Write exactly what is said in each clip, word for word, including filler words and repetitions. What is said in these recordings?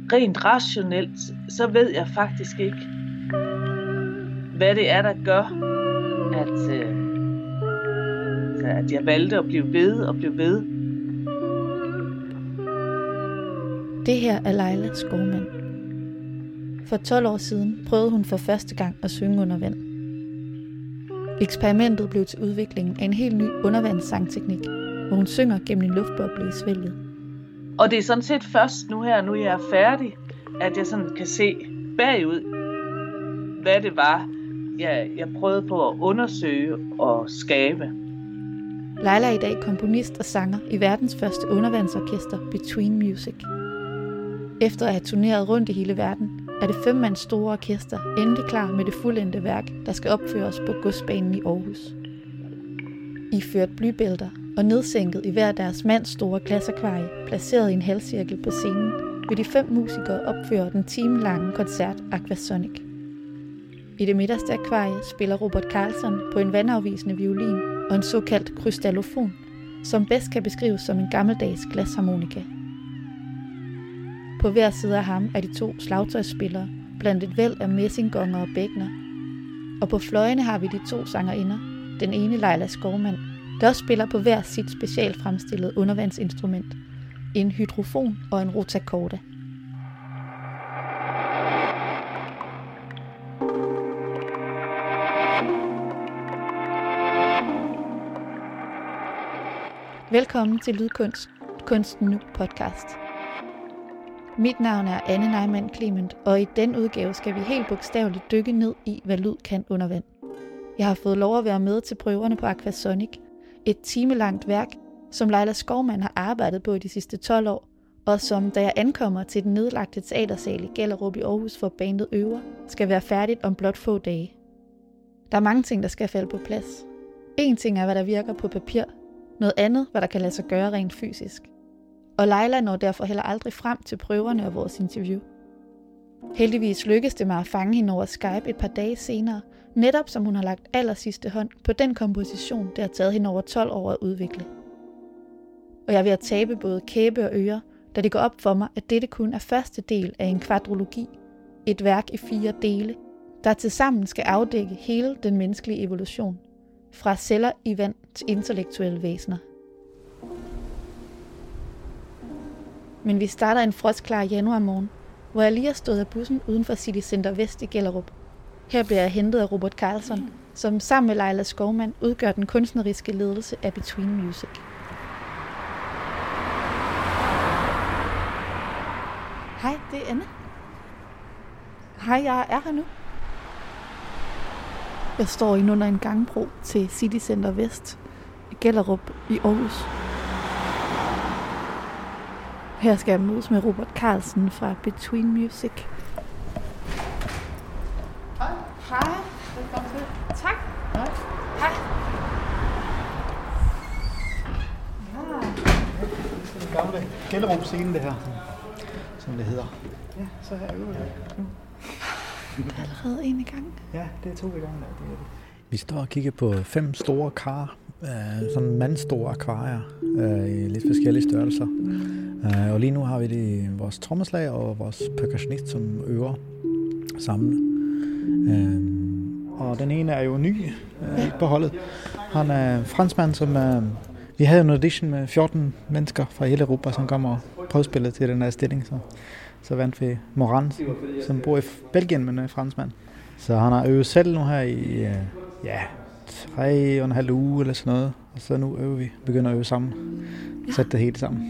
rent rationelt, så ved jeg faktisk ikke, hvad det er, der gør, at, øh, at jeg valgte at blive ved og blive ved. Det her er Leila Skovmand. For tolv år siden prøvede hun for første gang at synge under vand. Eksperimentet blev til udviklingen af en helt ny undervandssangteknik, hvor hun synger gennem en luftboble i svælget. Og det er sådan set først nu her, nu jeg er færdig, at jeg sådan kan se bagud, hvad det var, jeg, jeg prøvede på at undersøge og skabe. Leila er i dag komponist og sanger i verdens første undervandsorkester Between Music. Efter at have turneret rundt i hele verden, er det femmands store orkester endelig klar med det fuldendte værk, der skal opføres på godsbanen i Aarhus. Iført blybælter og nedsænket i hver deres mands store glasakvarie, placeret i en halvcirkel på scenen, vil de fem musikere opføre den timelange koncert Aquasonic. I det midterste akvarie spiller Robert Karlsson på en vandafvisende violin og en såkaldt krystallofon, som bedst kan beskrives som en gammeldags glasharmonika. På hver side af ham er de to slagtøjsspillere, blandt et væld af messinggonger og bækkener. Og på fløjene har vi de to sangerinder, den ene Leila Skovmand, der også spiller på hver sit specielt fremstillede undervandsinstrument, en hydrofon og en rotakorda. Velkommen til Lydkunst, Kunsten Nu podcast. Mit navn er Anne Neumann Clement, og i den udgave skal vi helt bogstaveligt dykke ned i, hvad lyd kan under vand. Jeg har fået lov at være med til prøverne på Aquasonic, et timelangt værk, som Leila Skovmand har arbejdet på de sidste tolv år, og som, da jeg ankommer til den nedlagte teatersal i Gellerup i Aarhus for bandet øver, skal være færdigt om blot få dage. Der er mange ting, der skal falde på plads. En ting er, hvad der virker på papir, noget andet, hvad der kan lade sig gøre rent fysisk. Og Leila når derfor heller aldrig frem til prøverne og vores interview. Heldigvis lykkedes det mig at fange hende over Skype et par dage senere, netop som hun har lagt allersidste hånd på den komposition, der har taget hende over tolv år at udvikle. Og jeg er ved at tabe både kæbe og ører, da det går op for mig, at dette kun er første del af en kvadrologi, et værk i fire dele, der tilsammen skal afdække hele den menneskelige evolution, fra celler i vand til intellektuelle væsener. Men vi starter en frostklar januarmorgen, hvor jeg lige har stået af bussen uden for City Center Vest i Gellerup. Her bliver jeg hentet af Robert Karlsson, som sammen med Leila Skovmand udgør den kunstneriske ledelse af Between Music. Hej, det er Anne. Hej, jeg er her nu. Jeg står inde under en gangbro til City Center Vest i Gellerup i Aarhus. Her skal jeg mødes med Robert Karlsson fra Between Music. Hej. Hej. Velkommen til. Tak. Hej. Hej. Ja. Det er den gamle Gellerup-scene, det her, som det hedder. Ja, så her øver jeg nu. Er allerede en i gang? Ja, det er to i gang. Der. Det er det. Vi står og kigger på fem store kar, øh, sådan mandstore akvarier øh, i lidt forskellige størrelser. Uh, og lige nu har vi det, vores trommeslager og vores percussionist, som øver sammen. Uh, og den ene er jo ny uh, på holdet. Han er franskmand, som uh, vi havde en audition med fjorten mennesker fra hele Europa, som kom og prøvespillede til den her stilling. Så, så vandt vi Moran, som bor i Belgien, men er franskmand. Så han har øvet selv nu her i uh, ja, tre og en halv uge eller sådan noget. Og så nu øver vi, begynder at øve sammen. Sætte det hele sammen.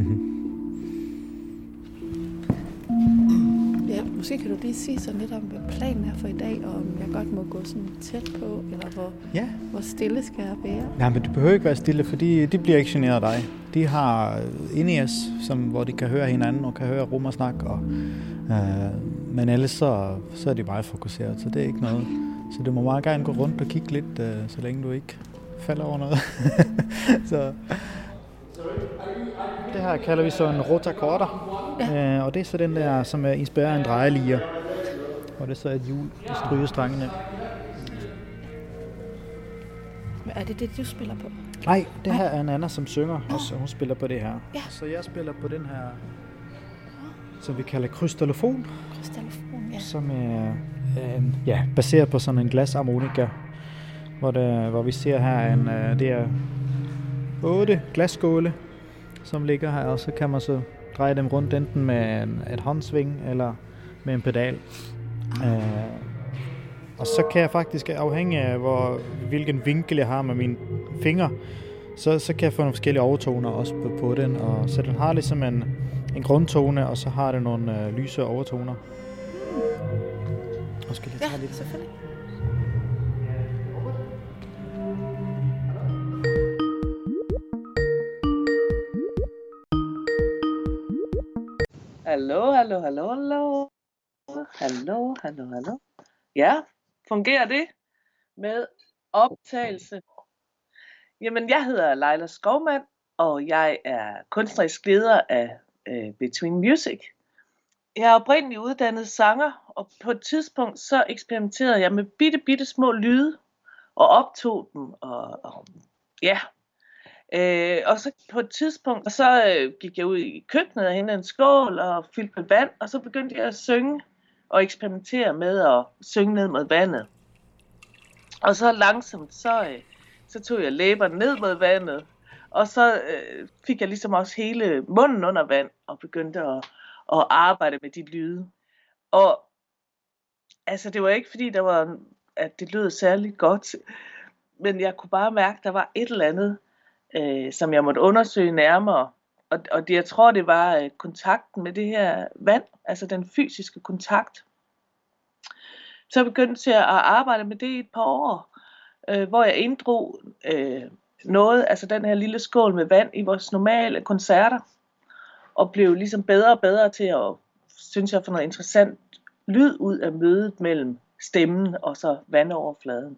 Ja, måske kan du lige sige så lidt om, hvad planen er for i dag, og om jeg godt må gå sådan tæt på, eller hvor, ja. hvor stille skal jeg være? Ja, men du behøver ikke være stille, for de, de bliver ikke generet af dig. De har in-ears, som, hvor de kan høre hinanden og kan høre rum og snak, og, øh, men ellers så, så er de meget fokuseret, så det er ikke noget. Så du må meget gerne gå rundt og kigge lidt, øh, så længe du ikke falder over noget. så... Det her kalder vi så en rotakorda, ja. øh, og det er så den der, som er inspireret af en drejeliger. Og det er så et hjul i strygestrengene. Er det det, du spiller på? Nej, det her er en anden, som synger, og så hun spiller på det her. Ja. Så jeg spiller på den her som vi kalder krystallofon. Krystallofon, ja. Som er en, ja, baseret på sådan en glasharmonika, hvor, det, hvor vi ser her, en, det er otte glasskåle, som ligger her, og så kan man så dreje dem rundt enten med en, et håndsving eller med en pedal. Uh, og så kan jeg faktisk, afhængig af hvor, hvilken vinkel jeg har med mine fingre, så, så kan jeg få nogle forskellige overtoner også på, på den. Og, så den har ligesom en, en grundtone, og så har den nogle uh, lyse overtoner. Og skal jeg tage ja, lidt? Selvfølgelig. Hallo, hallo, hallo, hallo. Hallo, hallo, hallo. Ja, fungerer det med optagelse? Jamen, jeg hedder Leila Skovmand, og jeg er kunstnerisk leder af uh, Between Music. Jeg er oprindeligt uddannet sanger, og på et tidspunkt så eksperimenterede jeg med bitte, bitte små lyde, og optog dem, og, og ja. Øh, og så på et tidspunkt, så øh, gik jeg ud i køkkenet og hentede en skål og fyldte med vand, og så begyndte jeg at synge og eksperimentere med at synge ned mod vandet. Og så langsomt, så, øh, så tog jeg læberne ned mod vandet, og så øh, fik jeg ligesom også hele munden under vand, og begyndte at, at arbejde med de lyde. Og altså, det var ikke fordi, der var, at det lød særligt godt, men jeg kunne bare mærke, at der var et eller andet, Øh, som jeg måtte undersøge nærmere. Og, og det, jeg tror, det var øh, kontakten med det her vand, altså den fysiske kontakt. Så jeg begyndte jeg at arbejde med det i et par år, øh, hvor jeg inddrog øh, noget, altså den her lille skål med vand i vores normale koncerter, og blev ligesom bedre og bedre til at, synes jeg, få noget interessant lyd ud af mødet mellem stemmen og så vandoverfladen.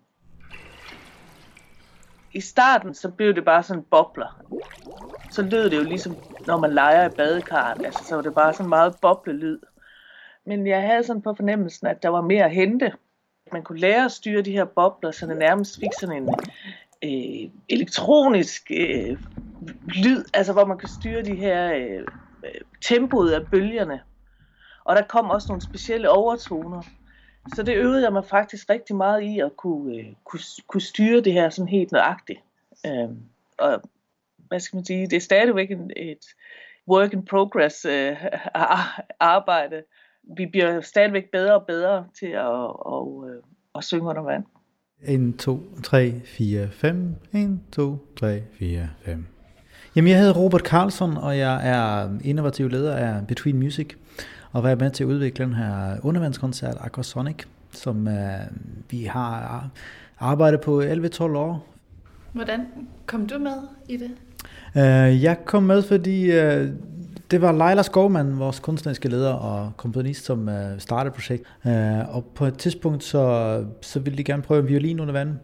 I starten, så blev det bare sådan bobler. Så lød det jo ligesom, når man leger i badekarret. Altså, så var det bare sådan meget boblelyd. Men jeg havde sådan på fornemmelsen, at der var mere at hente. Man kunne lære at styre de her bobler, så det nærmest fik sådan en øh, elektronisk øh, lyd. Altså, hvor man kan styre de her øh, tempoet af bølgerne. Og der kom også nogle specielle overtoner. Så det øvede jeg mig faktisk rigtig meget i at kunne, øh, kunne, kunne styre det her sådan helt nøjagtigt. Øh, og hvad skal man sige, det er stadigvæk en, et work in progress øh, arbejde. Vi bliver stadigvæk bedre og bedre til at, at, at, at synge under vand. en, to, tre, fire, fem. en, to, tre, fire, fem. Jamen, jeg hedder Robert Karlsson, og jeg er innovativ leder af Between Music. Og var med til at udvikle den her undervandskoncert Aquasonic, som uh, vi har arbejdet på elleve tolv år. Hvordan kom du med i det? Uh, jeg kom med, fordi uh, det var Leila Skovmand, vores kunstneriske leder og komponist, som uh, startede projektet. Uh, og på et tidspunkt, så, så ville de gerne prøve en violin under vand.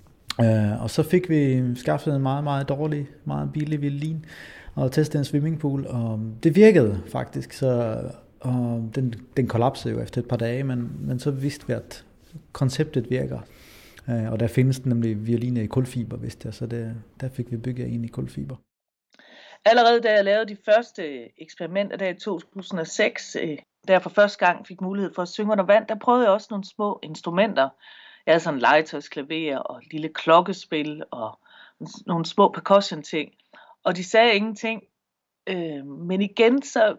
Uh, og så fik vi skaffet en meget, meget dårlig, meget billig violin og testet en swimmingpool, og det virkede faktisk, så... Og den, den kollapsede jo efter et par dage, men, men så vidste vi, at konceptet virker. Uh, og der findes nemlig violiner i kulfiber, vidste jeg, så det, der fik vi bygget en i kulfiber. Allerede da jeg lavede de første eksperimenter der i to tusind og seks, da jeg for første gang fik mulighed for at synge under vand, der prøvede jeg også nogle små instrumenter. Jeg havde sådan en legetøjsklaver og et lille klokkespil og nogle små percussion ting. Og de sagde ingenting. Uh, men igen så...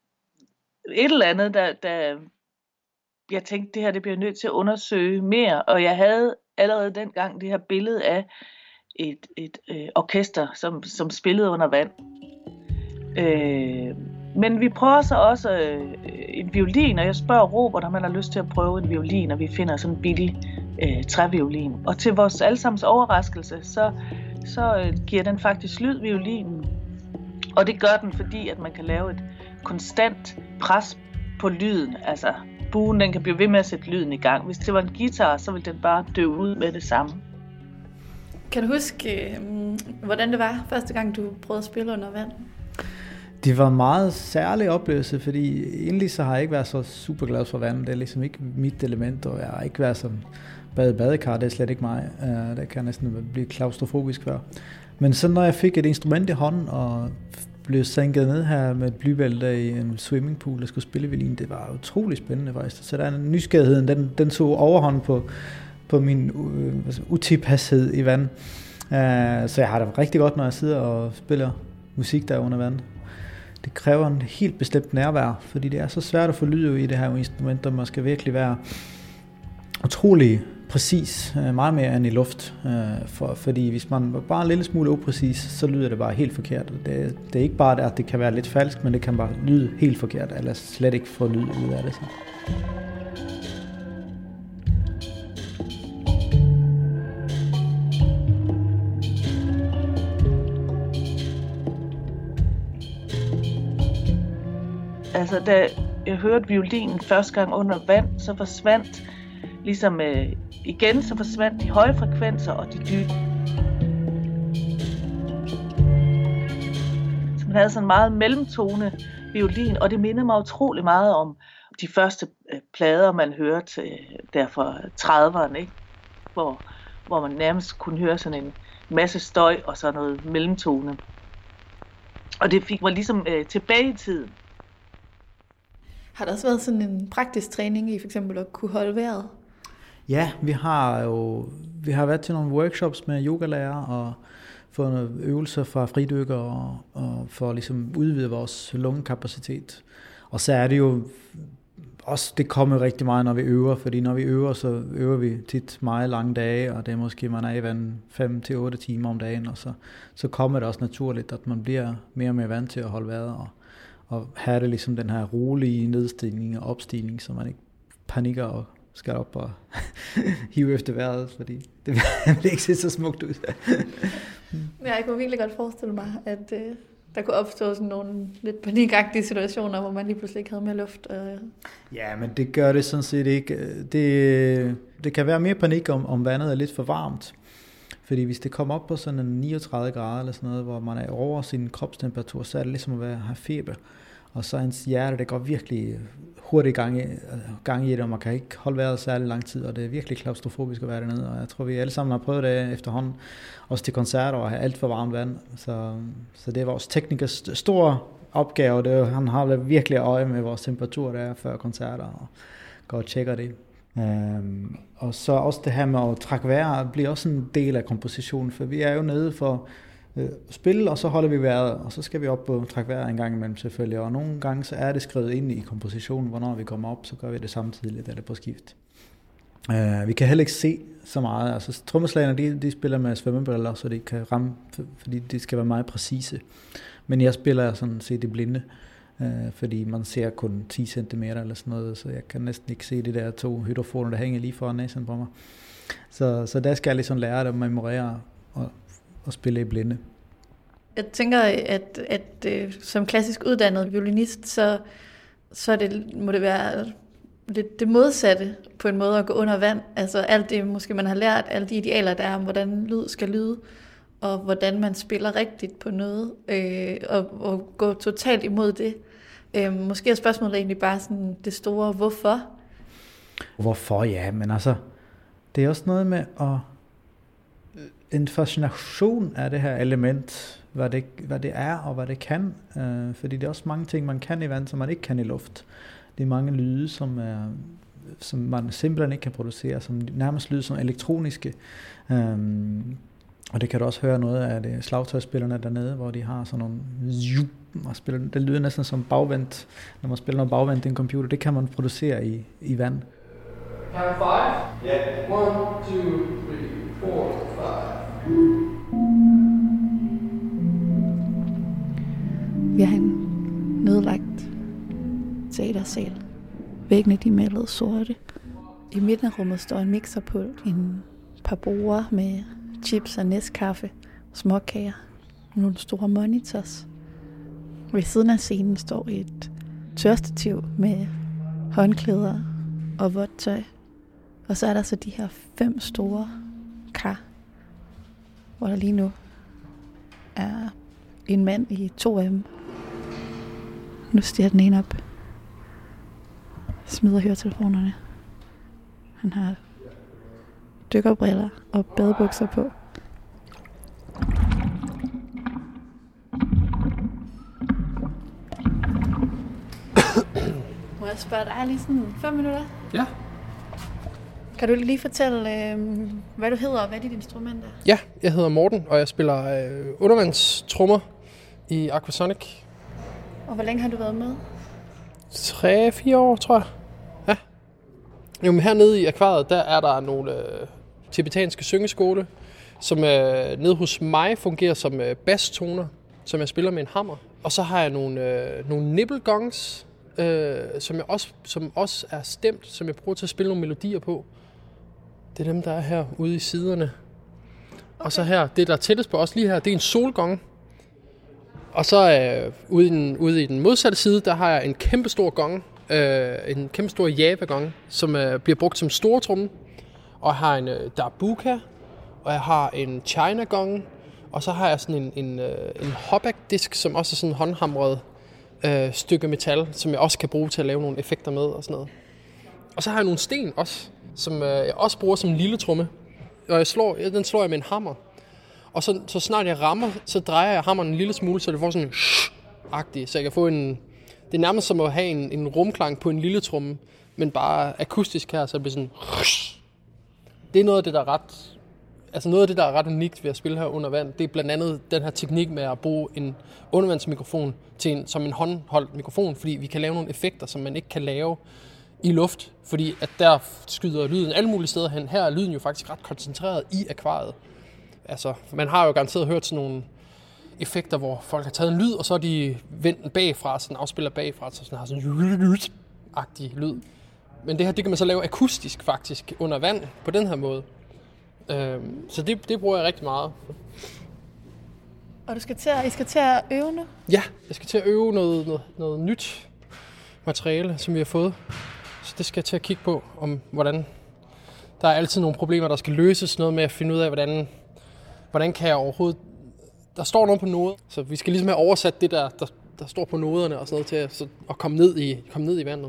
Et eller andet, der, der jeg tænkte, det her det bliver jeg nødt til at undersøge mere, og jeg havde allerede dengang det her billede af et, et øh, orkester, som, som spillede under vand. Øh, men vi prøver så også øh, en violin, og jeg spørger Robert, om han har lyst til at prøve en violin, og vi finder sådan en billig øh, træviolin. Og til vores allesammens overraskelse, så, så øh, giver den faktisk lyd, violinen, og det gør den, fordi at man kan lave et konstant pres på lyden. Altså, buen, den kan blive ved med at sætte lyden i gang. Hvis det var en guitar, så ville den bare dø ud med det samme. Kan du huske, hvordan det var første gang, du prøvede at spille under vand? Det var en meget særlig oplevelse, fordi egentlig så har jeg ikke været så super glad for vand. Det er ligesom ikke mit element, og jeg har ikke været som bade badekar, det er slet ikke mig. Det kan jeg næsten blive klaustrofobisk for. Men så når jeg fik et instrument i hånden, og blev sænket ned her med et blybælte i en swimmingpool og skulle spille violin. Det var utrolig spændende faktisk. Så der er en nysgerrigheden, den, den tog overhånd på, på min uh, utipashed i vand. Uh, så jeg har det rigtig godt, når jeg sidder og spiller musik der under vand. Det kræver en helt bestemt nærvær, fordi det er så svært at få lyd i det her instrument, og man skal virkelig være utrolig præcis, meget mere end i luft. For, fordi hvis man var bare en lille smule upræcis, så lyder det bare helt forkert. Det, det er ikke bare, at det kan være lidt falsk, men det kan bare lyde helt forkert, eller slet ikke få lyd ud af det. Så. Altså, da jeg hørte violinen første gang under vand, så forsvandt ligesom øh, igen, så forsvandt de høje frekvenser og de dybe. Så man havde sådan en meget mellemtone violin, og det mindede mig utrolig meget om de første øh, plader, man hørte øh, der fra trediverne, ikke? Hvor, hvor man nærmest kunne høre sådan en masse støj og så noget mellemtone. Og det fik mig ligesom øh, tilbage i tiden. Har der også været sådan en praktisk træning i for eksempel at kunne holde vejret? Ja, vi har jo vi har været til nogle workshops med yogalærer og fået nogle øvelser fra fridykkere og, og for at ligesom udvide vores lungekapacitet. Og så er det jo også, det kommer rigtig meget, når vi øver, fordi når vi øver, så øver vi tit meget lange dage, og det er måske, man er i vand fem til otte timer om dagen, og så, så kommer det også naturligt, at man bliver mere og mere vant til at holde vejret, og, og have det ligesom den her rolige nedstigning og opstigning, så man ikke panikker og skal op og hive efter vejret, fordi det vil ikke se så smukt ud. Ja, jeg kunne virkelig godt forestille mig, at øh, der kunne opstå sådan nogle lidt panikagtige situationer, hvor man lige pludselig ikke havde mere luft. Og... Ja, men det gør det sådan set ikke. Det, det kan være mere panik, om, om vandet er lidt for varmt. Fordi hvis det kommer op på sådan en niogtredive grader eller sådan noget, hvor man er over sin kropstemperatur, så er det ligesom at være, have feber. Og så ens hjerte, det går virkelig hurtigt gang i, gang i det, og man kan ikke holde vejret særlig lang tid, og det er virkelig klaustrofobisk at være dernede, og jeg tror, vi alle sammen har prøvet det efterhånden, også til koncerter, og have alt for varmt vand, så, så det er vores teknikers store opgave, det er, han har virkelig øje med vores temperatur der før koncerter, og går og tjekker det. Um, og så også det her med at trække vejret, bliver også en del af kompositionen, for vi er jo nede for spille, og så holder vi vejret, og så skal vi op og trække vejret en gang imellem selvfølgelig, og nogle gange så er det skrevet ind i kompositionen, hvornår vi kommer op, så gør vi det samtidig, eller på skift. Uh, vi kan heller ikke se så meget, altså trommeslagerne, de, de spiller med svømmebriller, så de kan ramme, fordi de skal være meget præcise, men jeg spiller sådan set i blinde, uh, fordi man ser kun ti centimeter eller sådan noget, så jeg kan næsten ikke se de der to hydrofoner, der hænger lige foran næsen på mig. Så, så der skal jeg ligesom lære det at memorere og og spille i blinde. Jeg tænker, at, at, at som klassisk uddannet violinist, så, så det, må det være lidt det modsatte på en måde at gå under vand. Altså alt det, måske man har lært, alle de idealer, der er om, hvordan lyd skal lyde, og hvordan man spiller rigtigt på noget, øh, og, og gå totalt imod det. Øh, måske er spørgsmålet egentlig bare sådan det store, hvorfor? Hvorfor, ja, men altså, det er også noget med at en fascination af det her element, hvad det, hvad det er og hvad det kan, øh, fordi det er også mange ting, man kan i vand, som man ikke kan i luft. Det er mange lyde, som, er, som man simpelthen ikke kan producere, som nærmest lyder som elektroniske. Um, og det kan du også høre noget af det slagtøjsspillerne dernede, hvor de har sådan nogle og spiller, det lyder næsten som bagvendt, når man spiller noget bagvendt i en computer. Det kan man producere i, i vand. Count five? Yeah. One, two, three, four, five. Vi har en nedlagt teatersal. Væggene de er malet sorte. I midten af rummet står en mixerpult, en par borde med chips og næskaffe, småkager og nogle store monitors. Ved siden af scenen står et tørstativ med håndklæder og vådt tøj. Og så er der så de her fem store kar, hvor der lige nu er en mand i to af dem. Nu stiger den ene op. Smider høretelefonerne. Han har dykkerbriller og badebukser på. Må jeg spørge dig lige sådan fem minutter? Ja. Kan du lige fortælle, øh, hvad du hedder og hvad dit instrument er? Ja, jeg hedder Morten, og jeg spiller øh, undervandstrummer i Aquasonic. Og hvor længe har du været med? tre fire år, tror jeg. Ja. Jo, men hernede i akvariet, der er der nogle øh, tibetanske syngeskole, som øh, nede hos mig fungerer som øh, basstoner, som jeg spiller med en hammer. Og så har jeg nogle, øh, nogle nibblegongs, øh, som, jeg også, som også er stemt, som jeg bruger til at spille nogle melodier på. Det er dem, der er her ude i siderne. Okay. Og så her, det der er tættest på os lige her, det er en solgong. Og så øh, ude, i den, ude i den modsatte side, der har jeg en kæmpe stor gong, øh, en kæmpe stor java-gong, som øh, bliver brugt som stortromme. Og jeg har en øh, darbuka, og jeg har en china-gong, og så har jeg sådan en, en, øh, en hobback-disk, som også er sådan en håndhamret øh, stykke metal, som jeg også kan bruge til at lave nogle effekter med og sådan noget. Og så har jeg nogle sten også, som øh, jeg også bruger som en lille tromme. Og jeg slår, den slår jeg med en hammer. Og så, så snart jeg rammer, så drejer jeg hammeren en lille smule, så det får sådan en agtig, så jeg kan få en... Det er nærmest som at have en, en rumklang på en lille tromme, men bare akustisk her, så det bliver sådan... Det er noget af det, der er ret... Altså noget af det, der er ret unikt ved at spille her under vand, det er blandt andet den her teknik med at bruge en undervandsmikrofon til en, som en håndholdt mikrofon, fordi vi kan lave nogle effekter, som man ikke kan lave i luft, fordi at der skyder lyden alle mulige steder hen. Her er lyden jo faktisk ret koncentreret i akvariet. Altså, man har jo garanteret hørt sådan nogle effekter, hvor folk har taget en lyd, og så er de vendt den bagfra, så den afspiller bagfra, så den har sådan en agtig lyd. Men det her, det kan man så lave akustisk faktisk under vand på den her måde. Øhm, så det, det bruger jeg rigtig meget. Og du skal til at, I skal til at øve nu? Ja, jeg skal til at øve noget, noget, noget nyt materiale, som vi har fået. Så det skal jeg til at kigge på, om hvordan... Der er altid nogle problemer, der skal løses. Noget med at finde ud af, hvordan, hvordan kan jeg overhovedet... Der står noget på noder, så vi skal ligesom have oversat det, der, der, der står på noderne og sådan noget til at, så, at komme, ned i, komme ned i vandet.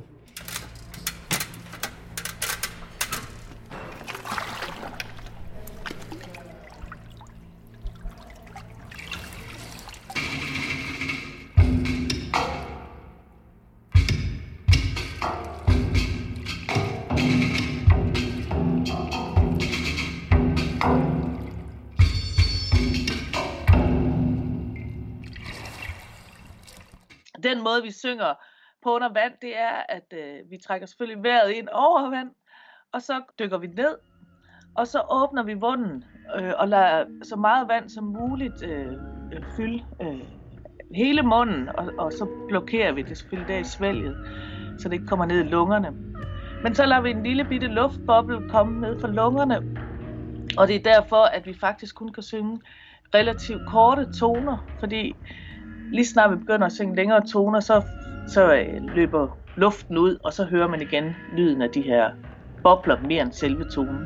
Den måde, vi synger på under vand, det er, at øh, vi trækker selvfølgelig vejret ind over vand, og så dykker vi ned, og så åbner vi munden øh, og lader så meget vand som muligt øh, øh, fylde øh, hele munden, og, og så blokerer vi det selvfølgelig der i svælget, så det ikke kommer ned i lungerne. Men så lader vi en lille bitte luftboble komme ned fra lungerne, og det er derfor, at vi faktisk kun kan synge relativt korte toner, fordi lige snart vi begynder at synge længere toner, så, så øh, løber luften ud, og så hører man igen lyden af de her bobler mere end selve tonen.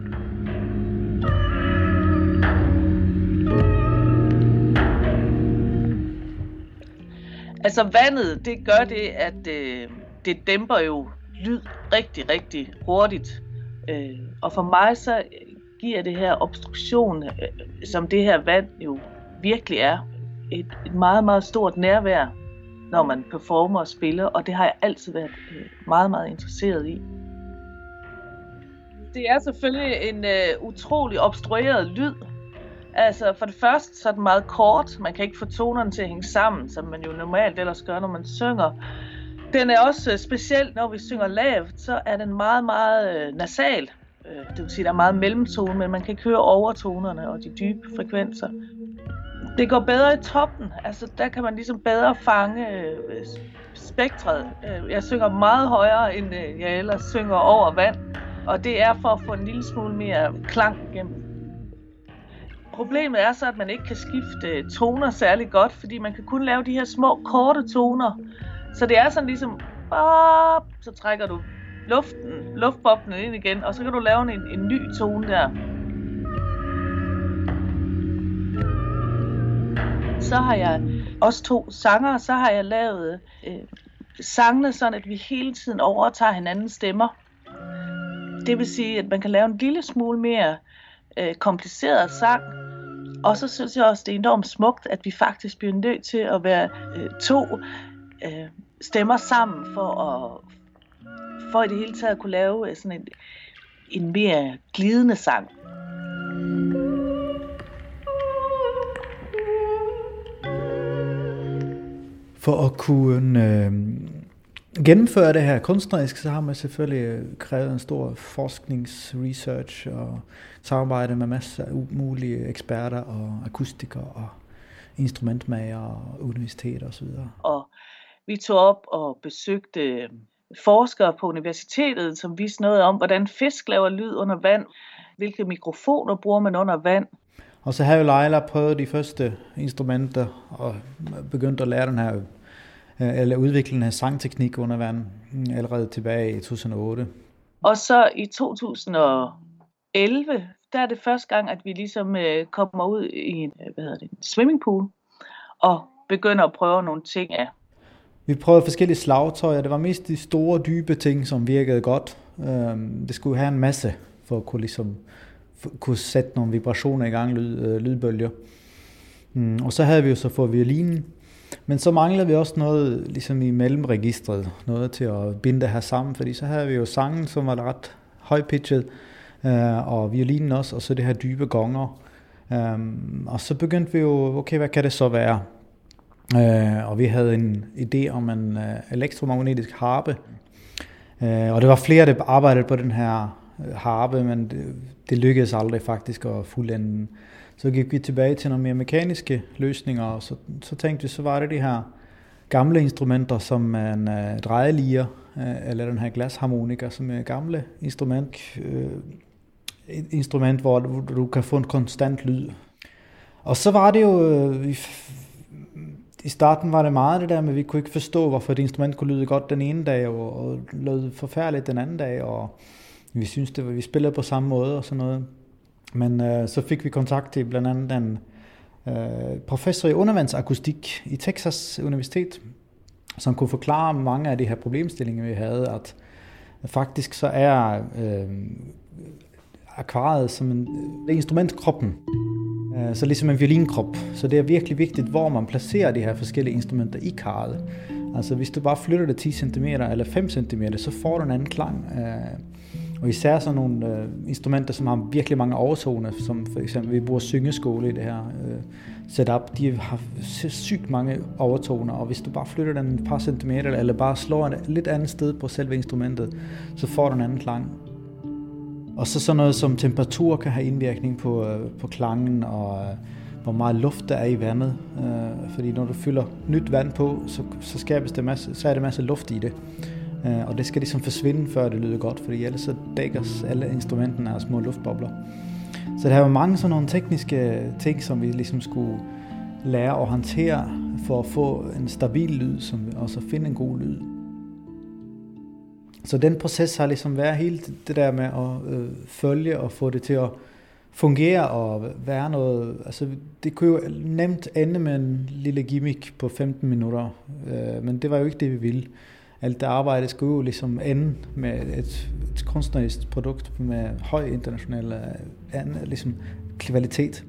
Altså vandet, det gør det, at øh, det dæmper jo lyd rigtig, rigtig hurtigt. Øh, og for mig så giver det her obstruktion, øh, som det her vand jo virkelig er, Et, et meget, meget stort nærvær, når man performer og spiller, og det har jeg altid været øh, meget, meget interesseret i. Det er selvfølgelig en øh, utrolig obstrueret lyd. Altså for det første, så er den meget kort. Man kan ikke få tonerne til at hænge sammen, som man jo normalt ellers gør, når man synger. Den er også øh, speciel, når vi synger lavt, så er den meget, meget øh, nasal. Øh, det vil sige, der er meget mellemtone, men man kan ikke høre overtonerne og de dybe frekvenser. Det går bedre i toppen, altså der kan man ligesom bedre fange øh, spektret. Jeg synger meget højere, end øh, jeg ellers synger over vand, og det er for at få en lille smule mere klang igennem. Problemet er så, at man ikke kan skifte toner særlig godt, fordi man kan kun lave de her små, korte toner. Så det er sådan ligesom, så trækker du luften, luftboblen ind igen, og så kan du lave en, en ny tone der. Så har jeg også to sanger, så har jeg lavet øh, sangene sådan, at vi hele tiden overtager hinandens stemmer. Det vil sige, at man kan lave en lille smule mere øh, kompliceret sang. Og så synes jeg også, det er enormt smukt, at vi faktisk bliver nødt til at være øh, to øh, stemmer sammen for at for i det hele taget at kunne lave sådan en, en mere glidende sang. For at kunne øh, gennemføre det her kunstnerisk, så har man selvfølgelig krævet en stor forskningsresearch og samarbejde med masser af mulige eksperter og akustikere og instrumentmager og universiteter osv. Og vi tog op og besøgte forskere på universitetet, som viste noget om, hvordan fisk laver lyd under vand, hvilke mikrofoner bruger man under vand. Og så har jo Leila prøvet de første instrumenter og begyndt at lære den her, eller udvikle den her sangteknik under vand allerede tilbage i to tusind og otte. Og så i to tusind og elleve, der er det første gang, at vi ligesom kommer ud i en, hvad hedder det, en swimmingpool og begynder at prøve nogle ting af. Vi prøvede forskellige slagtøjer. Det var mest de store, dybe ting, som virkede godt. Det skulle have en masse for at kunne, ligesom, kunne sætte nogle vibrationer i gang, lyd, lydbølger. Og så havde vi jo så fået violinen. Men så manglede vi også noget ligesom i mellemregistret, noget til at binde det her sammen, fordi så havde vi jo sangen, som var ret højpitchet, og violinen også, og så det her dybe gonger. Og så begyndte vi jo, okay, hvad kan det så være? Og vi havde en idé om en elektromagnetisk harpe, og det var flere, der arbejdede på den her harpe, men det, det lykkedes aldrig faktisk at fuldende. Så gik vi tilbage til nogle mere mekaniske løsninger, og så, så tænkte vi, så var det de her gamle instrumenter, som en uh, drejelier, uh, eller den her glasharmonika, som er et gamle instrument, uh, et instrument, hvor du, du kan få en konstant lyd. Og så var det jo, uh, vi, i starten var det meget det der, men vi kunne ikke forstå, hvorfor det instrument kunne lyde godt den ene dag, og, og lød forfærdeligt den anden dag, og vi synes det var, vi spillede på samme måde og sådan noget. Men øh, så fik vi kontakt til blandt andet en øh, professor i undervandsakustik i Texas Universitet, som kunne forklare mange af de her problemstillinger, vi havde, at faktisk så er øh, akvariet som en det er instrumentkroppen, øh, så ligesom en violinkrop. Så det er virkelig vigtigt, hvor man placerer de her forskellige instrumenter i karret. Altså hvis du bare flytter det ti centimeter eller fem centimeter, så får du en anden klang. Øh, Og især sådan nogle øh, instrumenter, som har virkelig mange overtoner, som for eksempel vi bruger syngeskåle i det her øh, setup, de har sygt mange overtoner, og hvis du bare flytter den et par centimeter, eller bare slår et lidt andet sted på selve instrumentet, så får du en anden klang. Og så sådan noget som temperatur kan have indvirkning på, øh, på klangen, og øh, hvor meget luft der er i vandet. Øh, fordi når du fylder nyt vand på, så, så skabes det masse, så er det masse luft i det. Uh, og det skal ligesom forsvinde, før det lyder godt, fordi ellers så dækker alle instrumenterne af små luftbobler. Så der var mange sådan nogle tekniske ting, som vi ligesom skulle lære at håndtere, for at få en stabil lyd, som, og så finde en god lyd. Så den proces har ligesom været helt det der med at øh, følge og få det til at fungere og være noget. Altså det kunne jo nemt ende med en lille gimmick på femten minutter, øh, men det var jo ikke det, vi ville. Alt det arbejde skulle jo ligesom ende med et, et kunstnerisk produkt med høj international ligesom, kvalitet.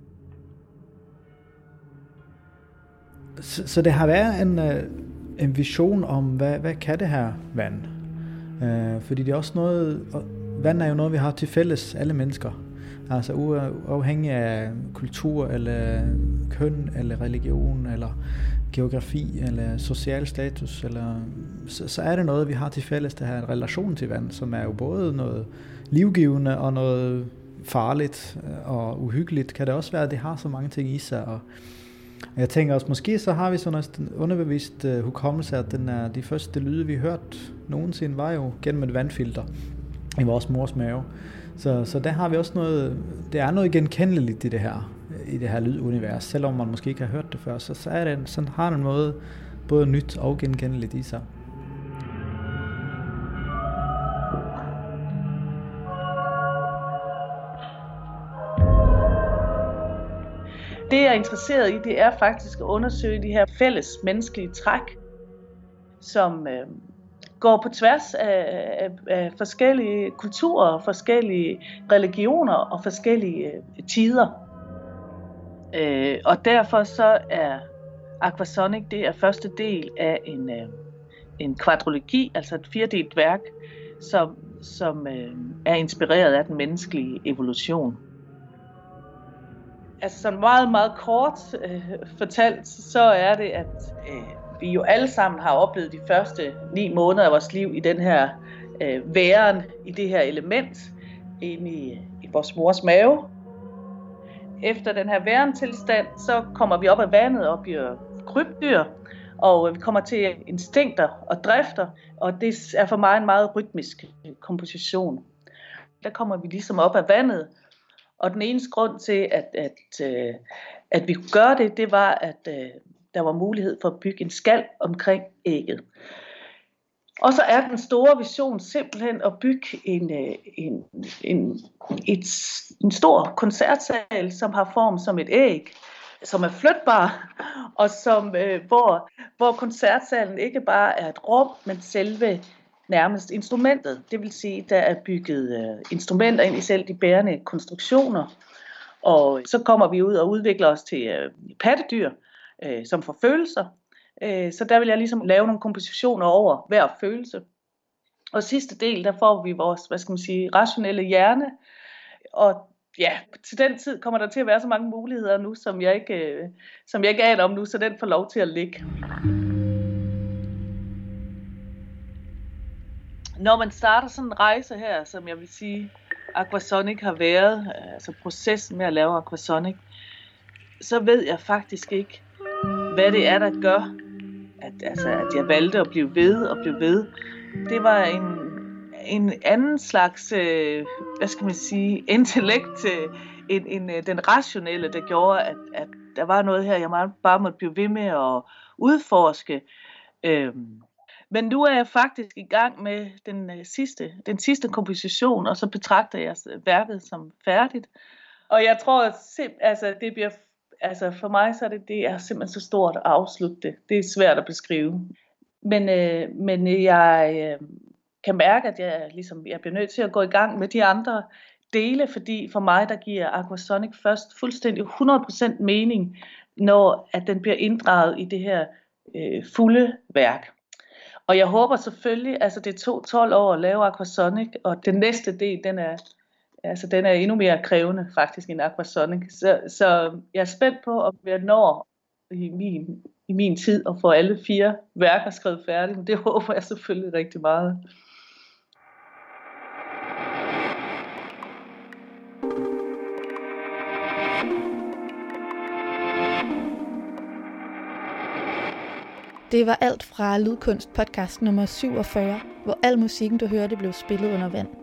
Så, så det har været en, en vision om, hvad, hvad kan det her vand? Uh, fordi det er også noget, vand er jo noget, vi har til fælles, alle mennesker. Altså uafhængig af kultur, eller køn, eller religion, eller geografi, eller social status, eller, så, så er det noget, vi har til fælles, der har en relation til vand, som er jo både noget livgivende, og noget farligt, og uhyggeligt, kan det også være, at det har så mange ting i sig, og jeg tænker også, måske så har vi sådan en underbevidst uh, hukommelse, at den er, de første lyde, vi hørte nogensinde, var jo gennem et vandfilter i vores mors mave. Så, så der har vi også noget, det er noget genkendeligt i det her, i det her lydunivers, selvom man måske ikke har hørt det før, så, så er det, sådan har den måde både nyt og genkendeligt i sig. Det jeg er interesseret i, det er faktisk at undersøge de her fælles menneskelige træk, som øh, går på tværs af, af, af forskellige kulturer, forskellige religioner og forskellige øh, tider. Øh, og derfor så er Aquasonic, det er første del af en, øh, en kvadrologi, altså et firedelt værk, som, som øh, er inspireret af den menneskelige evolution. Altså sådan meget, meget kort øh, fortalt, så er det, at øh, vi jo alle sammen har oplevet de første ni måneder af vores liv i den her øh, væren, i det her element, inde i, i vores mors mave. Efter den her værentilstand, så kommer vi op af vandet og bliver krybdyr, og vi kommer til instinkter og drifter, og det er for mig en meget rytmisk komposition. Der kommer vi ligesom op af vandet, og den eneste grund til, at, at, at vi kunne gøre det, det var, at der var mulighed for at bygge en skal omkring ægget. Og så er den store vision simpelthen at bygge en, en, en, et, en stor koncertsal, som har form som et æg, som er flytbar, og som, øh, hvor, hvor koncertsalen ikke bare er et rum, men selve nærmest instrumentet. Det vil sige, der er bygget øh, instrumenter ind i selv de bærende konstruktioner, og så kommer vi ud og udvikler os til øh, pattedyr, øh, som får følelser. Øh, så der vil jeg ligesom lave nogle kompositioner over hver følelse. Og sidste del, der får vi vores, hvad skal man sige, rationelle hjerne, og ja, til den tid kommer der til at være så mange muligheder nu, som jeg ikke, øh, som jeg ikke aner om nu, så den får lov til at ligge. Når man starter sådan en rejse her, som jeg vil sige, Aquasonic har været, altså processen med at lave Aquasonic, så ved jeg faktisk ikke, hvad det er, der gør, at, altså, at jeg valgte at blive ved og blive ved. Det var en, en anden slags, øh, hvad skal man sige, intellekt, øh, end, end øh, den rationelle, der gjorde, at, at der var noget her, jeg bare måtte blive ved med at udforske. Øhm, Men nu er jeg faktisk i gang med den øh, sidste, den sidste komposition, og så betragter jeg værket som færdigt. Og jeg tror, at sim- altså, det bliver, altså, for mig så er det, det er simpelthen så stort at afslutte det. Det er svært at beskrive. Men, øh, men jeg øh, kan mærke, at jeg, ligesom, jeg bliver nødt til at gå i gang med de andre dele, fordi for mig der giver Aquasonic først fuldstændig hundrede procent mening, når at den bliver inddraget i det her øh, fulde værk. Og jeg håber selvfølgelig, altså det tog tolv år at lave Aquasonic, og den næste del, den er, altså den er endnu mere krævende faktisk end Aquasonic. Så, så jeg er spændt på, om jeg når i min, i min tid at få alle fire værker skrevet færdigt, men det håber jeg selvfølgelig rigtig meget. Det var alt fra Lydkunst podcast nummer syvogfyrre, hvor al musikken, du hørte, blev spillet under vand.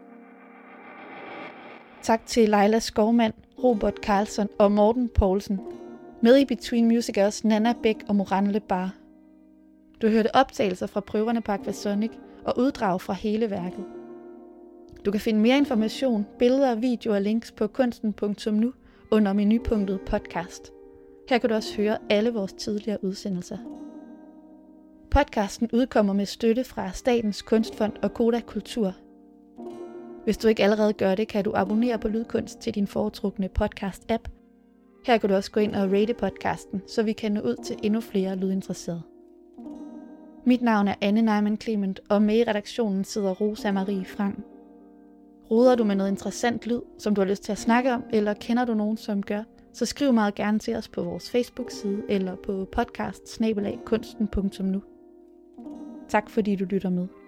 Tak til Leila Skovmand, Robert Karlsson og Morten Poulsen. Med i Between Music er også Nana Bæk og Moran Lebar. Du hørte optagelser fra prøverne på Aquasonic og uddrag fra hele værket. Du kan finde mere information, billeder, videoer og links på kunsten punktum nu under menupunktet podcast. Her kan du også høre alle vores tidligere udsendelser. Podcasten udkommer med støtte fra Statens Kunstfond og Koda Kultur. Hvis du ikke allerede gør det, kan du abonnere på Lydkunst til din foretrukne podcast-app. Her kan du også gå ind og rate podcasten, så vi kan nå ud til endnu flere lydinteresserede. Mit navn er Anne Neumann Clement, og med i redaktionen sidder Rosa Marie Frank. Roder du med noget interessant lyd, som du har lyst til at snakke om, eller kender du nogen, som gør, så skriv meget gerne til os på vores Facebook-side eller på podcast bindestreg kunsten punktum nu. Tak fordi du lytter med.